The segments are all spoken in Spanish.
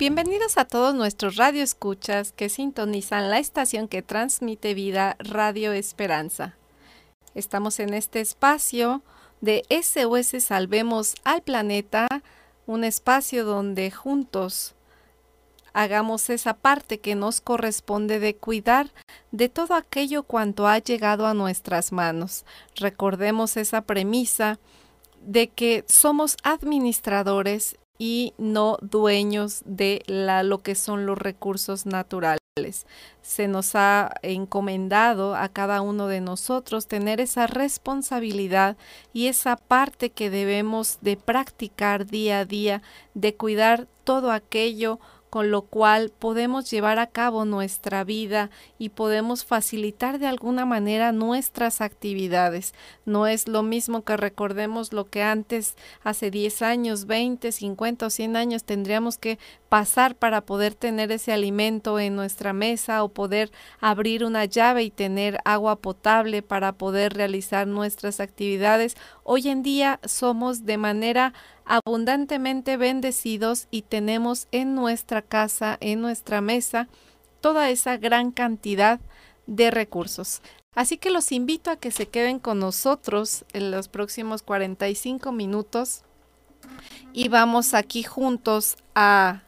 Bienvenidos a todos nuestros radioescuchas que sintonizan la estación que transmite vida Radio Esperanza. Estamos en este espacio de SOS Salvemos al Planeta, un espacio donde juntos hagamos esa parte que nos corresponde de cuidar de todo aquello cuanto ha llegado a nuestras manos. Recordemos esa premisa de que somos administradores y no dueños de lo que son los recursos naturales. Se nos ha encomendado a cada uno de nosotros tener esa responsabilidad y esa parte que debemos de practicar día a día, de cuidar todo aquello con lo cual podemos llevar a cabo nuestra vida y podemos facilitar de alguna manera nuestras actividades. No es lo mismo que recordemos lo que antes, hace 10 años, 20, 50 o 100 años tendríamos que pasar para poder tener ese alimento en nuestra mesa o poder abrir una llave y tener agua potable para poder realizar nuestras actividades. Hoy en día somos de manera abundantemente bendecidos y tenemos en nuestra casa, en nuestra mesa, toda esa gran cantidad de recursos. Así que los invito a que se queden con nosotros en los próximos 45 minutos y vamos aquí juntos a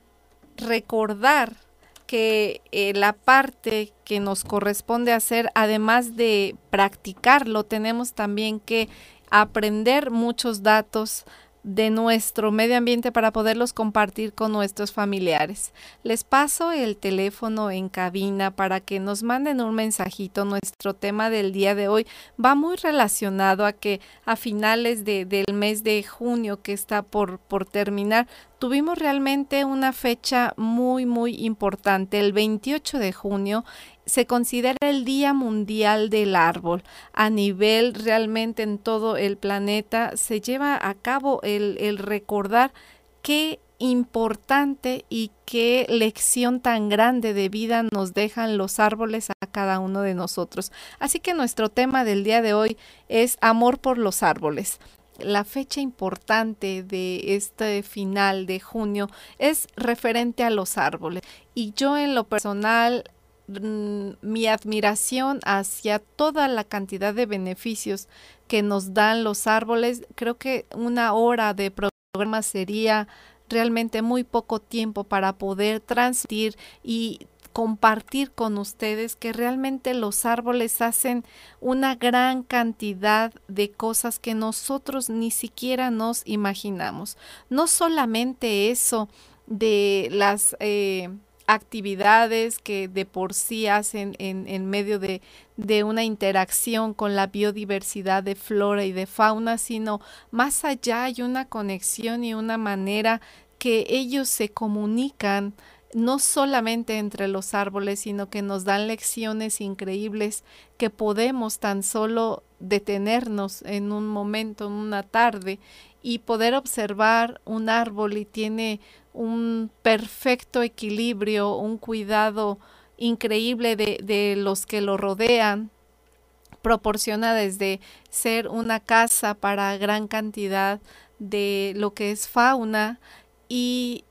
recordar que la parte que nos corresponde hacer, además de practicarlo, tenemos también que aprender muchos datos de nuestro medio ambiente para poderlos compartir con nuestros familiares. Les paso el teléfono en cabina para que nos manden un mensajito. Nuestro tema del día de hoy va muy relacionado a que a finales del mes de junio que está por terminar, tuvimos realmente una fecha muy importante. El 28 de junio se considera el Día Mundial del Árbol. A nivel realmente en todo el planeta se lleva a cabo el recordar qué importante y qué lección tan grande de vida nos dejan los árboles a cada uno de nosotros. Así que nuestro tema del día de hoy es amor por los árboles. La fecha importante de este final de junio es referente a los árboles. Y yo en lo personal, mi admiración hacia toda la cantidad de beneficios que nos dan los árboles, creo que una hora de programa sería realmente muy poco tiempo para poder transmitir y compartir con ustedes que realmente los árboles hacen una gran cantidad de cosas que nosotros ni siquiera nos imaginamos. No solamente eso de las actividades que de por sí hacen en medio de una interacción con la biodiversidad de flora y de fauna, sino más allá hay una conexión y una manera que ellos se comunican no solamente entre los árboles, sino que nos dan lecciones increíbles que podemos tan solo detenernos en un momento, en una tarde, y poder observar un árbol y tiene un perfecto equilibrio, un cuidado increíble de los que lo rodean. Proporciona desde ser una casa para gran cantidad de lo que es fauna y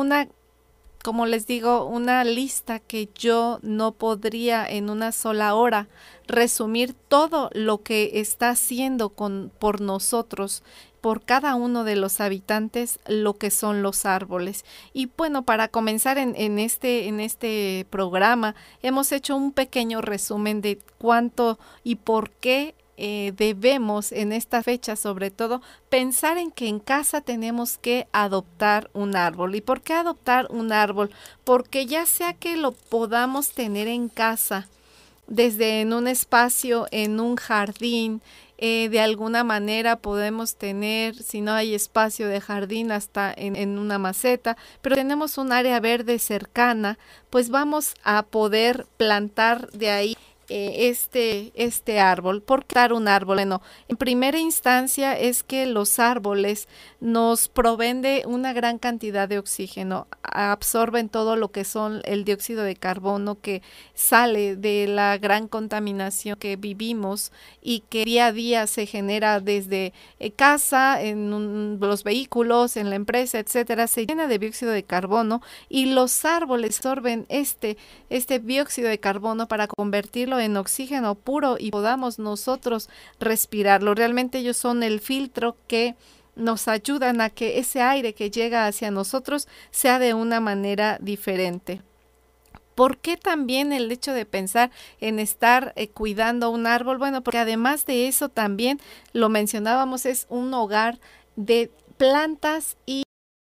como les digo, una lista que yo no podría en una sola hora resumir todo lo que está haciendo por nosotros, por cada uno de los habitantes, lo que son los árboles. Y bueno, para comenzar en este programa, hemos hecho un pequeño resumen de cuánto y por qué debemos en esta fecha sobre todo pensar en que en casa tenemos que adoptar un árbol. ¿Y por qué adoptar un árbol? Porque ya sea que lo podamos tener en casa, desde en un espacio, en un jardín, de alguna manera podemos tener, si no hay espacio de jardín, hasta en una maceta, pero tenemos un área verde cercana, pues vamos a poder plantar de ahí este árbol. ¿Por qué dar un árbol? Bueno, en primera instancia es que los árboles nos proveen de una gran cantidad de oxígeno, absorben todo lo que son el dióxido de carbono que sale de la gran contaminación que vivimos y que día a día se genera desde casa, los vehículos, en la empresa, etcétera, se llena de dióxido de carbono y los árboles absorben este dióxido de carbono para convertirlo en oxígeno puro y podamos nosotros respirarlo. Realmente ellos son el filtro que nos ayudan a que ese aire que llega hacia nosotros sea de una manera diferente. ¿Por qué también el hecho de pensar en estar cuidando un árbol? Bueno, porque además de eso también lo mencionábamos, es un hogar de plantas y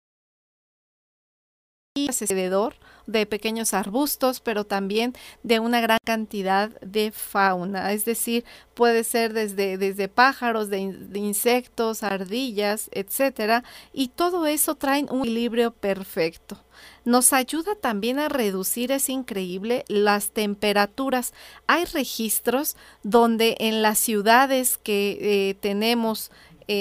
alrededor de pequeños arbustos, pero también de una gran cantidad de fauna, es decir, puede ser desde pájaros, de insectos, ardillas, etcétera, y todo eso trae un equilibrio perfecto. Nos ayuda también a reducir, es increíble, las temperaturas. Hay registros donde en las ciudades que tenemos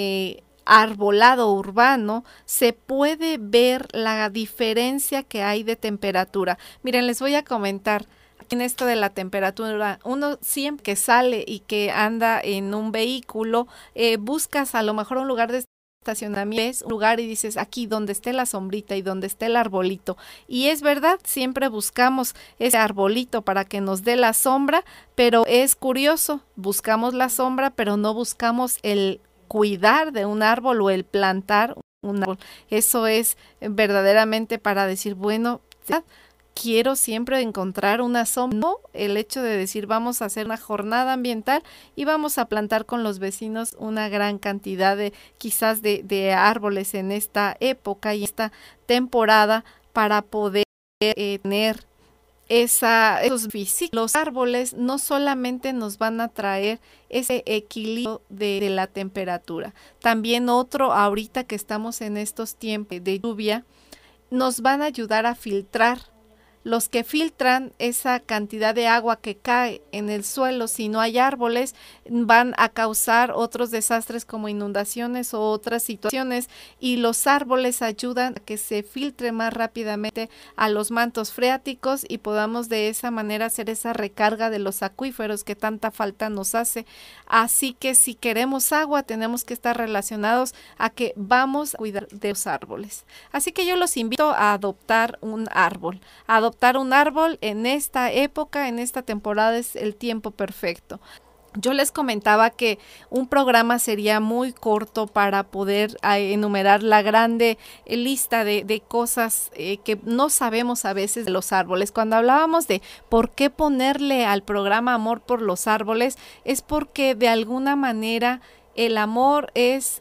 arbolado urbano, se puede ver la diferencia que hay de temperatura. Miren, les voy a comentar en esto de la temperatura. Uno siempre que sale y que anda en un vehículo, buscas a lo mejor un lugar de estacionamiento, ves un lugar y dices aquí donde esté la sombrita y donde esté el arbolito. Y es verdad, siempre buscamos ese arbolito para que nos dé la sombra, pero es curioso, buscamos la sombra, pero no buscamos el cuidar de un árbol o el plantar un árbol. Eso es verdaderamente para decir, bueno, quiero siempre encontrar una sombra. No, el hecho de decir vamos a hacer una jornada ambiental y vamos a plantar con los vecinos una gran cantidad de quizás de árboles en esta época y esta temporada para poder tener esos físicos. Los árboles no solamente nos van a traer ese equilibrio de la temperatura, también otro ahorita que estamos en estos tiempos de lluvia, nos van a ayudar a filtrar. Los que filtran esa cantidad de agua que cae en el suelo, si no hay árboles, van a causar otros desastres como inundaciones o otras situaciones, y los árboles ayudan a que se filtre más rápidamente a los mantos freáticos y podamos de esa manera hacer esa recarga de los acuíferos que tanta falta nos hace. Así que si queremos agua, tenemos que estar relacionados a que vamos a cuidar de los árboles. Así que yo los invito a adoptar un árbol. Adoptar un árbol en esta época, en esta temporada, es el tiempo perfecto. Yo les comentaba que un programa sería muy corto para poder enumerar la grande lista de cosas que no sabemos a veces de los árboles. Cuando hablábamos de por qué ponerle al programa Amor por los Árboles, es porque de alguna manera el amor es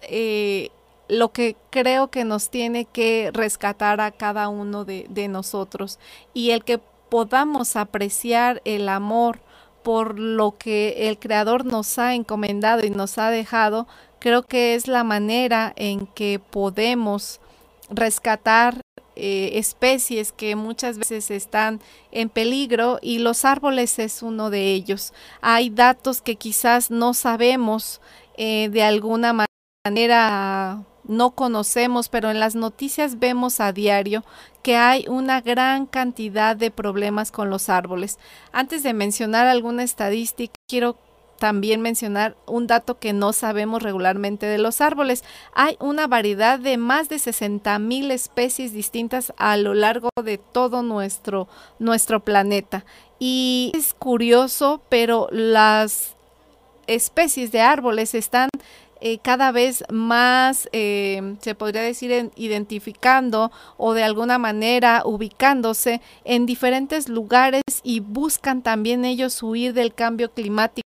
lo que creo que nos tiene que rescatar a cada uno de nosotros, y el que podamos apreciar el amor por lo que el Creador nos ha encomendado y nos ha dejado, creo que es la manera en que podemos rescatar especies que muchas veces están en peligro, y los árboles es uno de ellos. Hay datos que quizás no sabemos, de alguna manera no conocemos, pero en las noticias vemos a diario que hay una gran cantidad de problemas con los árboles. Antes de mencionar alguna estadística, quiero también mencionar un dato que no sabemos regularmente de los árboles. Hay una variedad de más de 60,000 especies distintas a lo largo de todo nuestro planeta. Y es curioso, pero las especies de árboles están cada vez más, se podría decir, identificando o de alguna manera ubicándose en diferentes lugares, y buscan también ellos huir del cambio climático.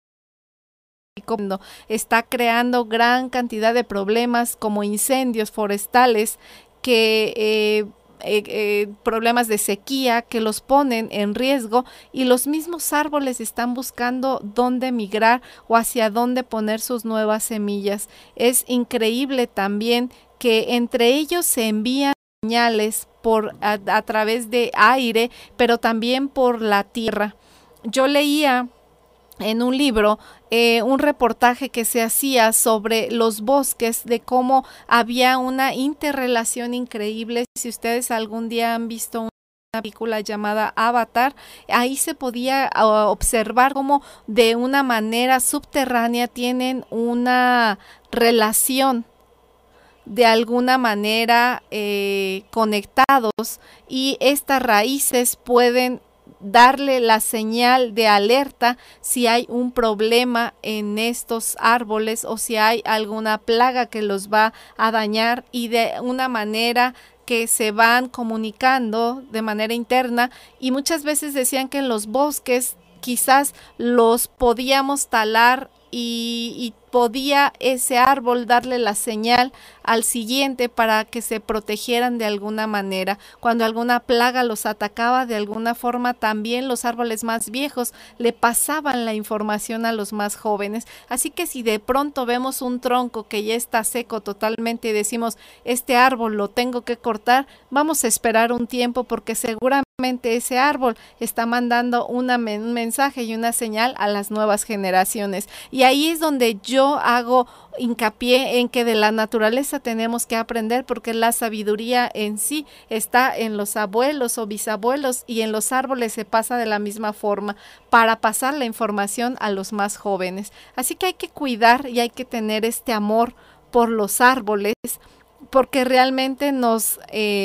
Está creando gran cantidad de problemas como incendios forestales que problemas de sequía que los ponen en riesgo, y los mismos árboles están buscando dónde migrar o hacia dónde poner sus nuevas semillas. Es increíble también que entre ellos se envían señales a través de aire, pero también por la tierra. Yo leía en un libro un reportaje que se hacía sobre los bosques, de cómo había una interrelación increíble. Si ustedes algún día han visto una película llamada Avatar, ahí se podía observar cómo de una manera subterránea tienen una relación de alguna manera conectados, y estas raíces pueden darle la señal de alerta si hay un problema en estos árboles o si hay alguna plaga que los va a dañar, y de una manera que se van comunicando de manera interna. Y muchas veces decían que en los bosques quizás los podíamos talar y podía ese árbol darle la señal al siguiente para que se protegieran de alguna manera. Cuando alguna plaga los atacaba de alguna forma, también los árboles más viejos le pasaban la información a los más jóvenes. Así que si de pronto vemos un tronco que ya está seco totalmente y decimos, este árbol lo tengo que cortar, vamos a esperar un tiempo, porque seguramente ese árbol está mandando un mensaje y una señal a las nuevas generaciones. Y ahí es donde yo hago hincapié en que de la naturaleza tenemos que aprender, porque la sabiduría en sí está en los abuelos o bisabuelos, y en los árboles se pasa de la misma forma para pasar la información a los más jóvenes. Así que hay que cuidar y hay que tener este amor por los árboles, porque realmente nos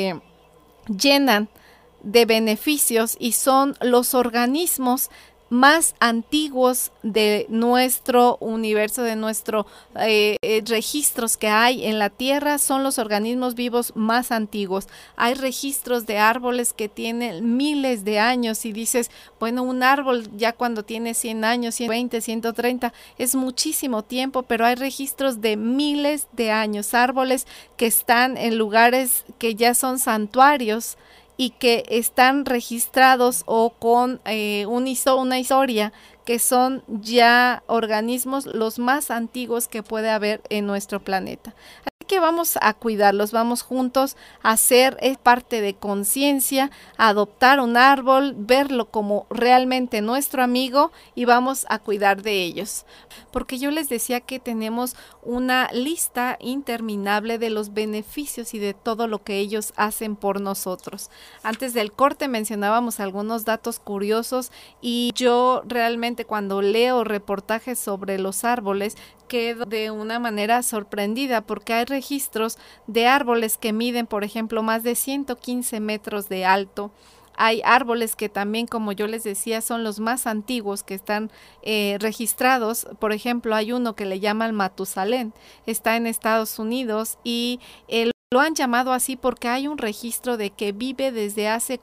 llenan de beneficios y son los organismos más antiguos de nuestro universo, de nuestros registros que hay en la Tierra. Son los organismos vivos más antiguos. Hay registros de árboles que tienen miles de años, y dices, bueno, un árbol ya cuando tiene 100 años, 120, 130, es muchísimo tiempo, pero hay registros de miles de años, árboles que están en lugares que ya son santuarios y que están registrados o con una historia, que son ya organismos los más antiguos que puede haber en nuestro planeta. Así que vamos a cuidarlos, vamos juntos a hacer parte de conciencia, adoptar un árbol, verlo como realmente nuestro amigo, y vamos a cuidar de ellos. Porque yo les decía que tenemos una lista interminable de los beneficios y de todo lo que ellos hacen por nosotros. Antes del corte mencionábamos algunos datos curiosos, y yo realmente cuando leo reportajes sobre los árboles quedo de una manera sorprendida, porque hay registros de árboles que miden, por ejemplo, más de 115 metros de alto. Hay árboles que también, como yo les decía, son los más antiguos que están registrados. Por ejemplo, hay uno que le llaman Matusalén, está en Estados Unidos, y lo han llamado así porque hay un registro de que vive desde hace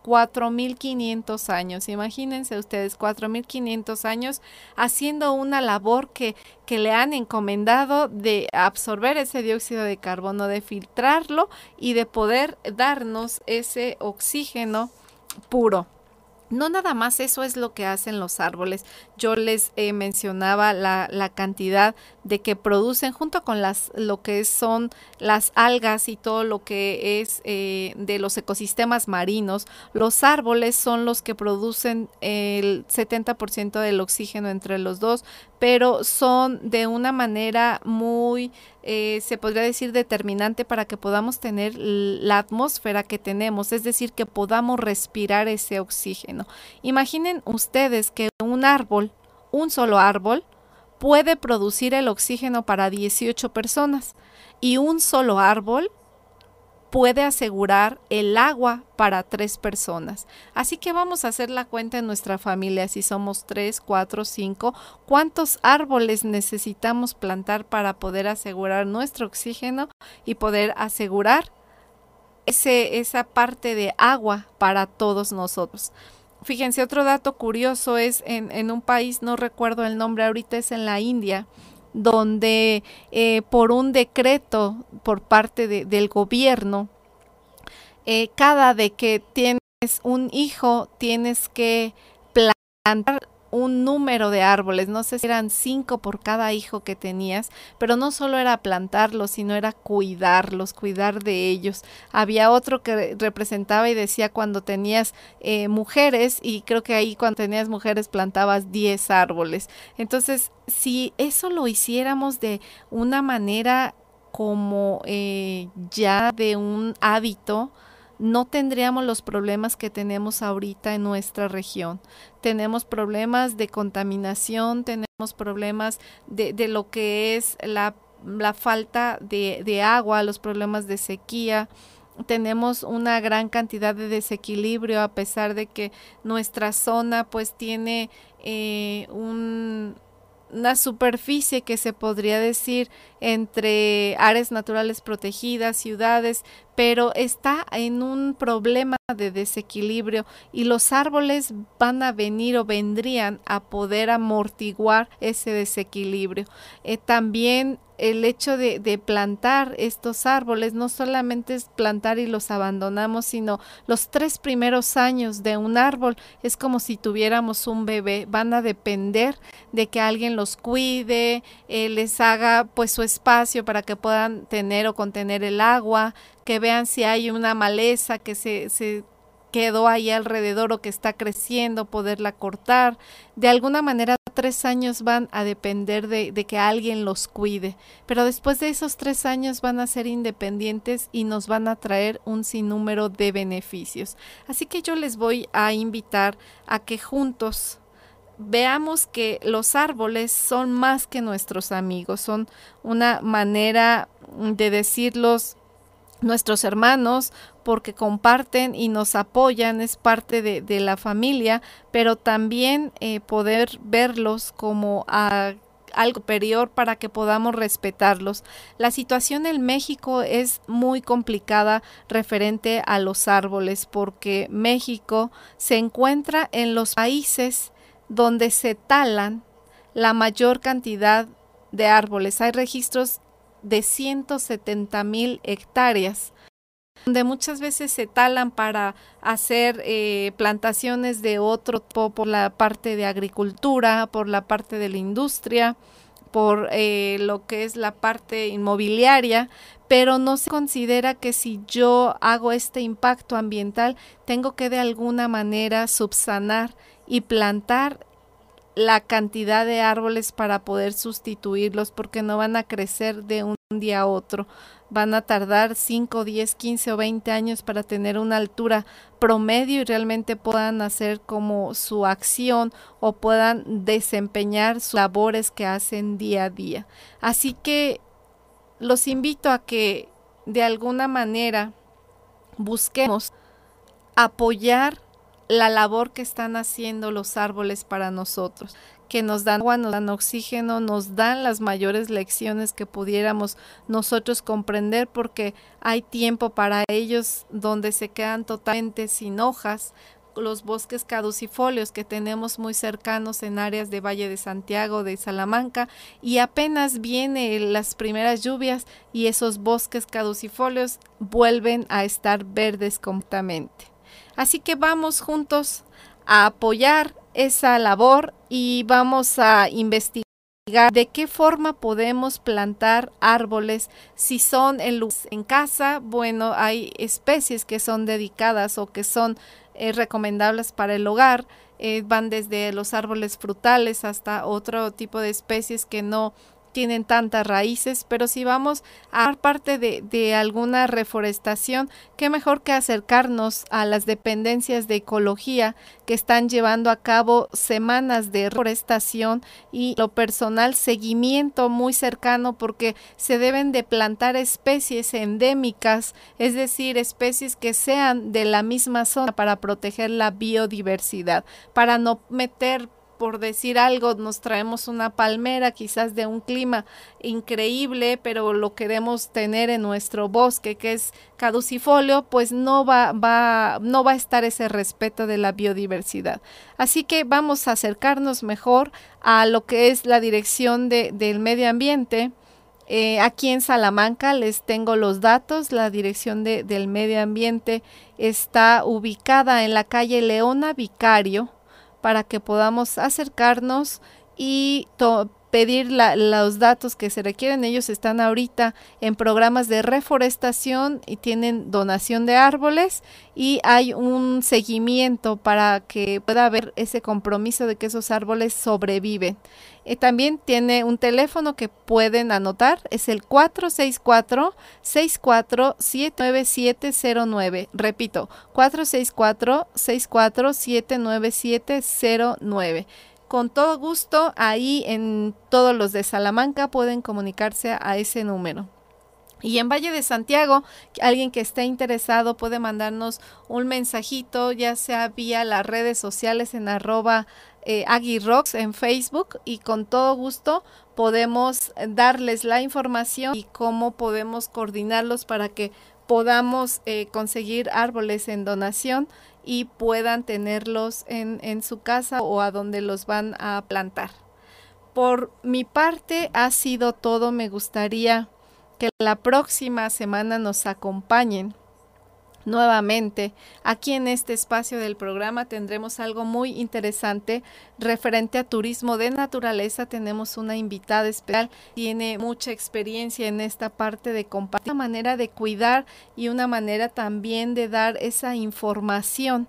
4.500 años. Imagínense ustedes, 4.500 años haciendo una labor que le han encomendado de absorber ese dióxido de carbono, de filtrarlo y de poder darnos ese oxígeno puro. No nada más eso es lo que hacen los árboles. Yo les mencionaba la cantidad de que producen, junto con lo que son las algas y todo lo que es de los ecosistemas marinos. Los árboles son los que producen el 70% del oxígeno entre los dos, pero son de una manera muy, se podría decir, determinante para que podamos tener la atmósfera que tenemos, es decir, que podamos respirar ese oxígeno. Imaginen ustedes que un árbol, un solo árbol, puede producir el oxígeno para 18 personas, y un solo árbol puede asegurar el agua para 3 personas. Así que vamos a hacer la cuenta en nuestra familia, si somos 3, 4, 5, ¿cuántos árboles necesitamos plantar para poder asegurar nuestro oxígeno y poder asegurar esa parte de agua para todos nosotros? Fíjense, otro dato curioso es en un país, no recuerdo el nombre ahorita, es en la India, donde por un decreto por parte del gobierno, cada de que tienes un hijo tienes que plantar un número de árboles, no sé si eran 5 por cada hijo que tenías, pero no solo era plantarlos, sino era cuidarlos, cuidar de ellos. Había otro que representaba y decía cuando tenías mujeres, y creo que ahí cuando tenías mujeres plantabas 10 árboles. Entonces, si eso lo hiciéramos de una manera como ya de un hábito, no tendríamos los problemas que tenemos ahorita en nuestra región. Tenemos problemas de contaminación, tenemos problemas de lo que es la falta de agua, los problemas de sequía. Tenemos una gran cantidad de desequilibrio a pesar de que nuestra zona pues tiene una superficie que se podría decir entre áreas naturales protegidas, ciudades, pero está en un problema de desequilibrio y los árboles van a venir o vendrían a poder amortiguar ese desequilibrio. También el hecho de plantar estos árboles no solamente es plantar y los abandonamos, sino los 3 primeros años de un árbol es como si tuviéramos un bebé, van a depender de que alguien los cuide, les haga pues su espacio para que puedan tener o contener el agua, que vean si hay una maleza que se quedó ahí alrededor o que está creciendo, poderla cortar. De alguna manera 3 años van a depender de que alguien los cuide, pero después de esos 3 años van a ser independientes y nos van a traer un sinnúmero de beneficios. Así que yo les voy a invitar a que juntos veamos que los árboles son más que nuestros amigos, son una manera de decirlos nuestros hermanos, porque comparten y nos apoyan, es parte de la familia, pero también poder verlos como algo superior para que podamos respetarlos. La situación en México es muy complicada referente a los árboles, porque México se encuentra en los países donde se talan la mayor cantidad de árboles. Hay registros de 170,000 hectáreas, donde muchas veces se talan para hacer plantaciones de otro tipo, por la parte de agricultura, por la parte de la industria, por lo que es la parte inmobiliaria, pero no se considera que si yo hago este impacto ambiental, tengo que de alguna manera subsanar y plantar la cantidad de árboles para poder sustituirlos, porque no van a crecer de un día a otro. Van a tardar 5, 10, 15 o 20 años para tener una altura promedio y realmente puedan hacer como su acción o puedan desempeñar sus labores que hacen día a día. Así que los invito a que de alguna manera busquemos apoyar la labor que están haciendo los árboles para nosotros, que nos dan agua, nos dan oxígeno, nos dan las mayores lecciones que pudiéramos nosotros comprender, porque hay tiempo para ellos donde se quedan totalmente sin hojas. Los bosques caducifolios que tenemos muy cercanos en áreas de Valle de Santiago, de Salamanca, y apenas vienen las primeras lluvias y esos bosques caducifolios vuelven a estar verdes completamente. Así que vamos juntos a apoyar esa labor y vamos a investigar de qué forma podemos plantar árboles. Si son en casa, bueno, hay especies que son dedicadas o que son recomendables para el hogar. Van desde los árboles frutales hasta otro tipo de especies que no tienen tantas raíces, pero si vamos a dar parte de alguna reforestación, qué mejor que acercarnos a las dependencias de ecología que están llevando a cabo semanas de reforestación y lo personal seguimiento muy cercano, porque se deben de plantar especies endémicas, es decir, especies que sean de la misma zona para proteger la biodiversidad, para no meter, por decir algo, nos traemos una palmera quizás de un clima increíble, pero lo queremos tener en nuestro bosque que es caducifolio, pues no va a estar ese respeto de la biodiversidad. Así que vamos a acercarnos mejor a lo que es la dirección del medio ambiente. Aquí en Salamanca les tengo los datos. La dirección del medio ambiente está ubicada en la calle Leona Vicario, para que podamos acercarnos y pedir los datos que se requieren. Ellos están ahorita en programas de reforestación y tienen donación de árboles y hay un seguimiento para que pueda haber ese compromiso de que esos árboles sobreviven. También tiene un teléfono que pueden anotar, es el 464-64-79709. Repito, 464-64-79709. Con todo gusto, ahí en todos los de Salamanca pueden comunicarse a ese número. Y en Valle de Santiago, alguien que esté interesado puede mandarnos un mensajito, ya sea vía las redes sociales en @AguiRocks en Facebook, y con todo gusto podemos darles la información y cómo podemos coordinarlos para que podamos conseguir árboles en donación y puedan tenerlos en su casa o a donde los van a plantar. Por mi parte ha sido todo. Me gustaría que la próxima semana nos acompañen nuevamente. Aquí en este espacio del programa tendremos algo muy interesante referente a turismo de naturaleza. Tenemos una invitada especial, tiene mucha experiencia en esta parte de compartir, una manera de cuidar y una manera también de dar esa información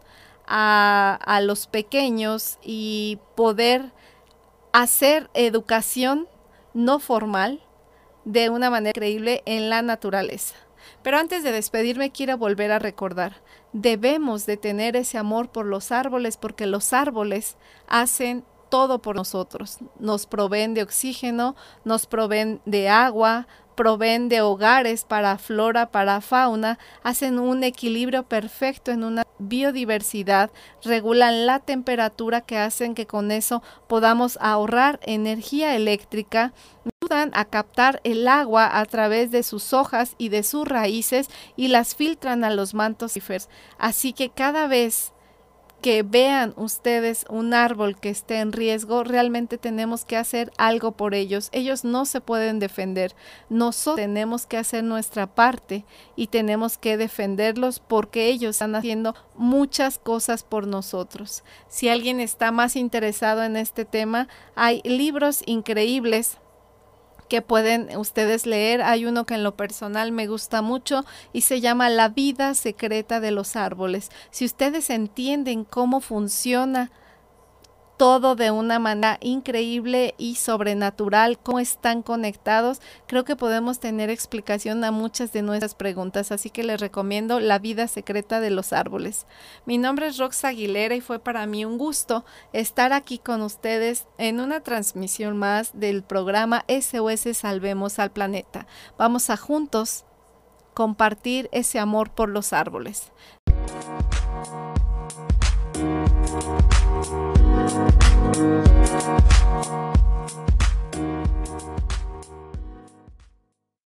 a los pequeños y poder hacer educación no formal de una manera increíble en la naturaleza. Pero antes de despedirme, quiero volver a recordar, debemos de tener ese amor por los árboles, porque los árboles hacen todo por nosotros. Nos proveen de oxígeno, nos proveen de agua, proveen de hogares para flora, para fauna, hacen un equilibrio perfecto en una biodiversidad, regulan la temperatura, que hacen que con eso podamos ahorrar energía eléctrica, ayudan a captar el agua a través de sus hojas y de sus raíces y las filtran a los mantos acuíferos. Así que cada vez que vean ustedes un árbol que esté en riesgo, realmente tenemos que hacer algo por ellos. Ellos no se pueden defender. Nosotros tenemos que hacer nuestra parte y tenemos que defenderlos, porque ellos están haciendo muchas cosas por nosotros. Si alguien está más interesado en este tema, hay libros increíbles que pueden ustedes leer. Hay uno que en lo personal me gusta mucho y se llama La vida secreta de los árboles. Si ustedes entienden cómo funciona todo de una manera increíble y sobrenatural, cómo están conectados, creo que podemos tener explicación a muchas de nuestras preguntas. Así que les recomiendo La vida secreta de los árboles. Mi nombre es Rox Aguilera y fue para mí un gusto estar aquí con ustedes en una transmisión más del programa SOS Salvemos al Planeta. Vamos a juntos compartir ese amor por los árboles.